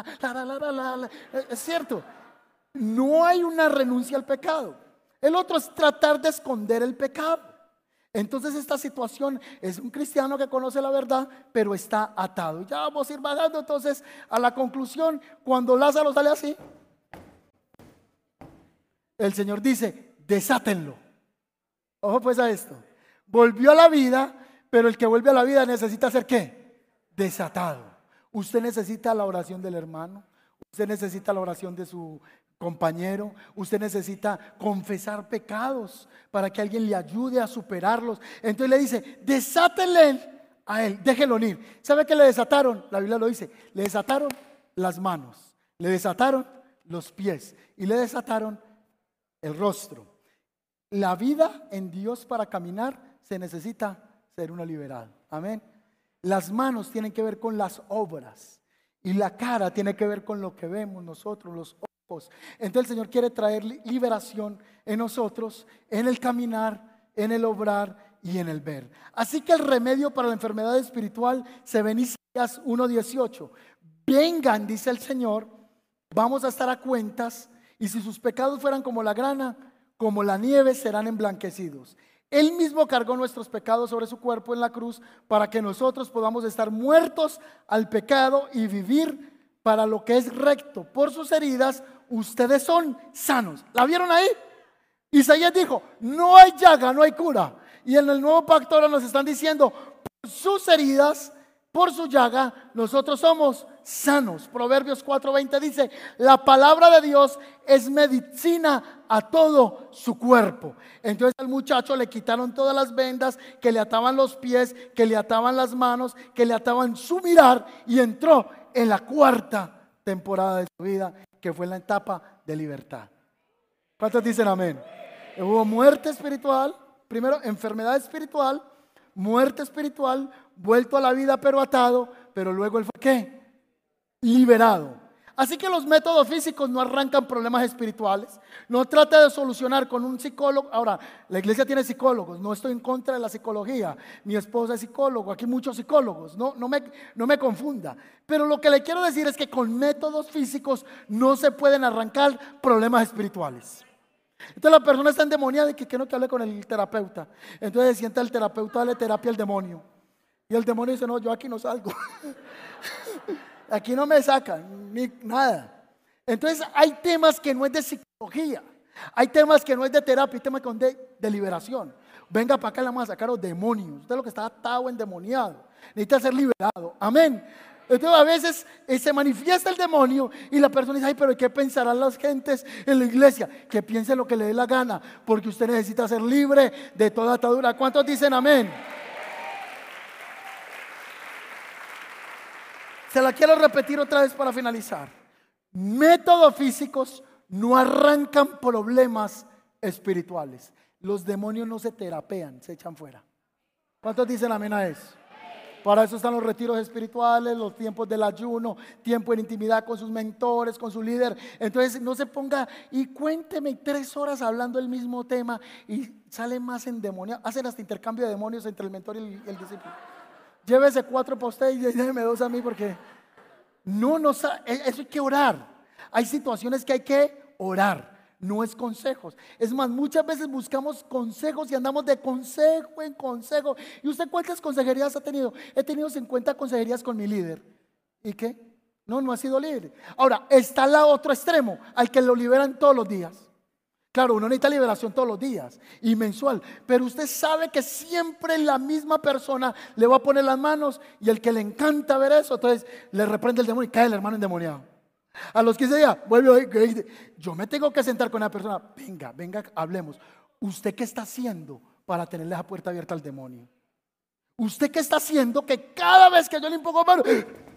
S1: es cierto. No hay una renuncia al pecado. El otro es tratar de esconder el pecado. Entonces esta situación es un cristiano que conoce la verdad, pero está atado. Ya vamos a ir bajando entonces a la conclusión. Cuando Lázaro sale así, el Señor dice, desátenlo. Ojo pues a esto. Volvió a la vida, pero el que vuelve a la vida necesita ser ¿qué? Desatado. Usted necesita la oración del hermano. Usted necesita la oración de su compañero. Usted necesita confesar pecados para que alguien le ayude a superarlos. Entonces le dice, desátenle a él, déjenlo ir. ¿Sabe qué le desataron? La Biblia lo dice, le desataron las manos, le desataron los pies y le desataron el rostro. La vida en Dios para caminar se necesita ser uno liberado. Amén. Las manos tienen que ver con las obras y la cara tiene que ver con lo que vemos nosotros, los ojos. Entonces el Señor quiere traer liberación en nosotros, en el caminar, en el obrar y en el ver. Así que el remedio para la enfermedad espiritual se ve en Isaías 1:18. Vengan, dice el Señor, vamos a estar a cuentas, y si sus pecados fueran como la grana, como la nieve, serán emblanquecidos. Él mismo cargó nuestros pecados sobre su cuerpo en la cruz para que nosotros podamos estar muertos al pecado y vivir para lo que es recto. Por sus heridas ustedes son sanos. ¿La vieron ahí? Isaías dijo, no hay llaga, no hay cura. Y en el nuevo pacto ahora nos están diciendo, por sus heridas, por su llaga, nosotros somos sanos. Proverbios 4:20 dice, la palabra de Dios es medicina a todo su cuerpo. Entonces al muchacho le quitaron todas las vendas que le ataban los pies, que le ataban las manos, que le ataban su mirar, y entró en la 4ª temporada de su vida, que fue en la etapa de libertad. ¿Cuántos dicen amén? Hubo muerte espiritual, primero enfermedad espiritual, muerte espiritual, vuelto a la vida pero atado, pero luego él fue ¿qué? Liberado. Así que los métodos físicos no arrancan problemas espirituales. No trate de solucionar con un psicólogo. Ahora, la iglesia tiene psicólogos, no estoy en contra de la psicología. Mi esposa es psicólogo, aquí muchos psicólogos, no me confunda. Pero lo que le quiero decir es que con métodos físicos no se pueden arrancar problemas espirituales. Entonces la persona está endemoniada y que no que hable con el terapeuta. Entonces se sienta el terapeuta, dale terapia al demonio. Y el demonio dice, no, yo aquí no salgo. Aquí no me sacan, ni nada. Entonces hay temas que no es de psicología. Hay temas que no es de terapia, hay temas que son de liberación. Venga para acá, le vamos a sacar los demonios. Usted es lo que está atado, endemoniado. Necesita ser liberado. Amén. Entonces a veces se manifiesta el demonio y la persona dice: ay, pero ¿qué pensarán las gentes en la iglesia? Que piense lo que le dé la gana, porque usted necesita ser libre de toda atadura. ¿Cuántos dicen amén? Se la quiero repetir otra vez para finalizar. Métodos físicos no arrancan problemas espirituales. Los demonios no se terapean, se echan fuera. ¿Cuántos dicen amén a eso? Para eso están los retiros espirituales, los tiempos del ayuno, tiempo en intimidad con sus mentores, con su líder. Entonces no se ponga y cuénteme 3 horas hablando el mismo tema y sale más endemoniado. Hacen hasta intercambio de demonios entre el mentor y el discípulo. Llévese 4 para usted y déjeme 2 a mí, porque eso hay que orar. Hay situaciones que hay que orar. No es consejos. Es más, muchas veces buscamos consejos y andamos de consejo en consejo. ¿Y usted cuántas consejerías ha tenido? He tenido 50 consejerías con mi líder. ¿Y qué? No ha sido líder. Ahora, está el otro extremo, al que lo liberan todos los días. Claro, uno necesita liberación todos los días y mensual. Pero usted sabe que siempre la misma persona le va a poner las manos, y el que le encanta ver eso, entonces le reprende el demonio y cae el hermano endemoniado. A los 15 días vuelve. Yo me tengo que sentar con la persona. Venga, hablemos. ¿Usted qué está haciendo para tenerle esa puerta abierta al demonio? ¿Usted qué está haciendo que cada vez que yo le impongo mano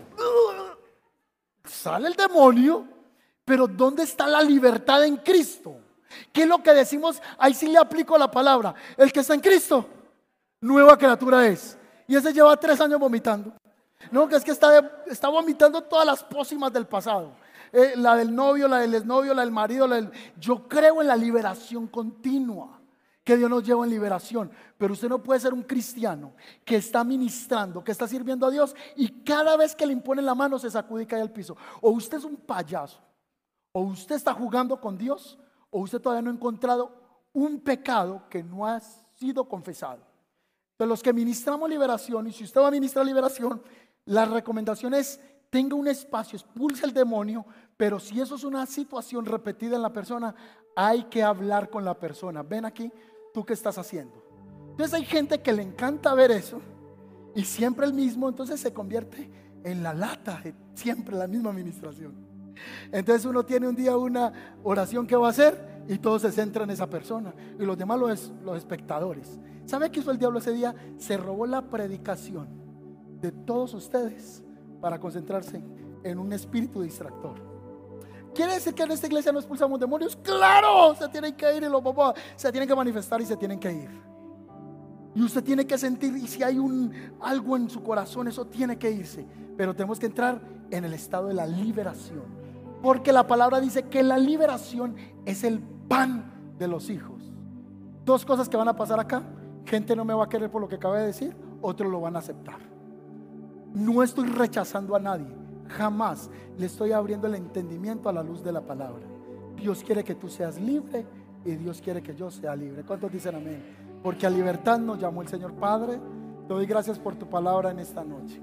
S1: sale el demonio? Pero ¿dónde está la libertad en Cristo? ¿Qué es lo que decimos? Ahí sí le aplico la palabra. El que está en Cristo, nueva criatura es. Y ese lleva 3 años vomitando. No, que es que está vomitando todas las pócimas del pasado. La del novio, la del exnovio, la del marido, Yo creo en la liberación continua, que Dios nos lleva en liberación. Pero usted no puede ser un cristiano que está ministrando, que está sirviendo a Dios, y cada vez que le imponen la mano se sacude y cae al piso. O usted es un payaso, o usted está jugando con Dios, o usted todavía no ha encontrado un pecado que no ha sido confesado. De los que ministramos liberación, y si usted va a ministrar liberación, la recomendación es: tenga un espacio, expulse el demonio. Pero si eso es una situación repetida en la persona, hay que hablar con la persona. Ven aquí, ¿tú qué estás haciendo? Entonces hay gente que le encanta ver eso, y siempre el mismo, entonces se convierte en la lata de siempre la misma administración. Entonces uno tiene un día una oración que va a hacer y todo se centra en esa persona, y los demás los espectadores. ¿Sabe qué hizo el diablo ese día? Se robó la predicación de todos ustedes para concentrarse en un espíritu distractor. ¿Quiere decir que en esta iglesia no expulsamos demonios? ¡Claro! Se tienen que ir, y los papás se tienen que manifestar y se tienen que ir. Y usted tiene que sentir, y si hay algo en su corazón, eso tiene que irse. Pero tenemos que entrar en el estado de la liberación, porque la palabra dice que la liberación es el pan de los hijos. 2 cosas que van a pasar acá: gente no me va a querer por lo que acabé de decir, otros lo van a aceptar. No estoy rechazando a nadie, jamás. Le estoy abriendo el entendimiento a la luz de la palabra. Dios quiere que tú seas libre, y Dios quiere que yo sea libre. ¿Cuántos dicen amén? Porque a libertad nos llamó el Señor. Padre, te doy gracias por tu palabra en esta noche.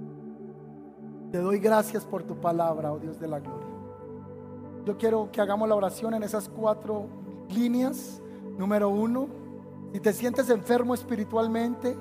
S1: Te doy gracias por tu palabra, oh Dios de la gloria. Yo quiero que hagamos la oración en esas 4 líneas. Número 1, si te sientes enfermo espiritualmente,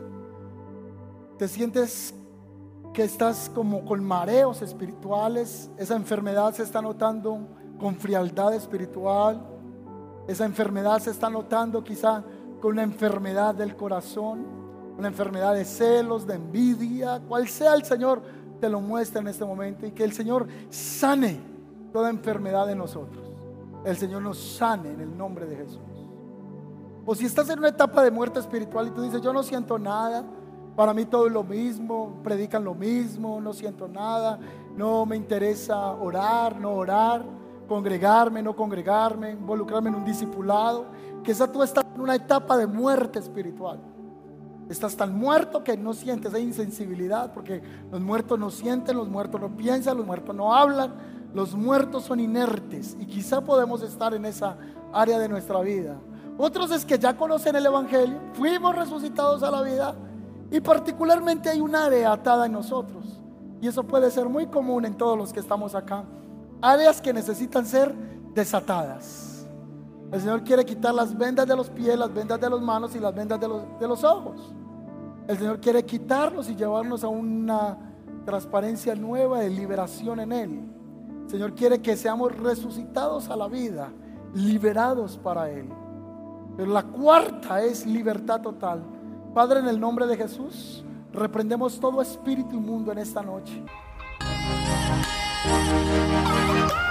S1: te sientes que estás como con mareos espirituales, esa enfermedad se está notando con frialdad espiritual, esa enfermedad se está notando quizá con una enfermedad del corazón, una enfermedad de celos, de envidia, cual sea, el Señor te lo muestra en este momento, y que el Señor sane toda enfermedad de nosotros. El Señor nos sane en el nombre de Jesús. O si estás en una etapa de muerte espiritual y tú dices: yo no siento nada, para mí todo es lo mismo, predican lo mismo, no siento nada, no me interesa orar, no orar, congregarme, no congregarme, involucrarme en un discipulado. Quizás tú estás en una etapa de muerte espiritual. Estás tan muerto que no sientes, hay insensibilidad, porque los muertos no sienten, los muertos no piensan, los muertos no hablan, los muertos son inertes, y quizá podemos estar en esa área de nuestra vida. Otros es que ya conocen el evangelio, fuimos resucitados a la vida, y particularmente hay un área atada en nosotros, y eso puede ser muy común en todos los que estamos acá. Áreas que necesitan ser desatadas. El Señor quiere quitar las vendas de los pies, las vendas de las manos y las vendas de los ojos. El Señor quiere quitarlos y llevarnos a transparencia nueva de liberación en Él. Señor quiere que seamos resucitados a la vida, liberados para Él. Pero la cuarta es libertad total. Padre, en el nombre de Jesús, reprendemos todo espíritu inmundo en esta noche.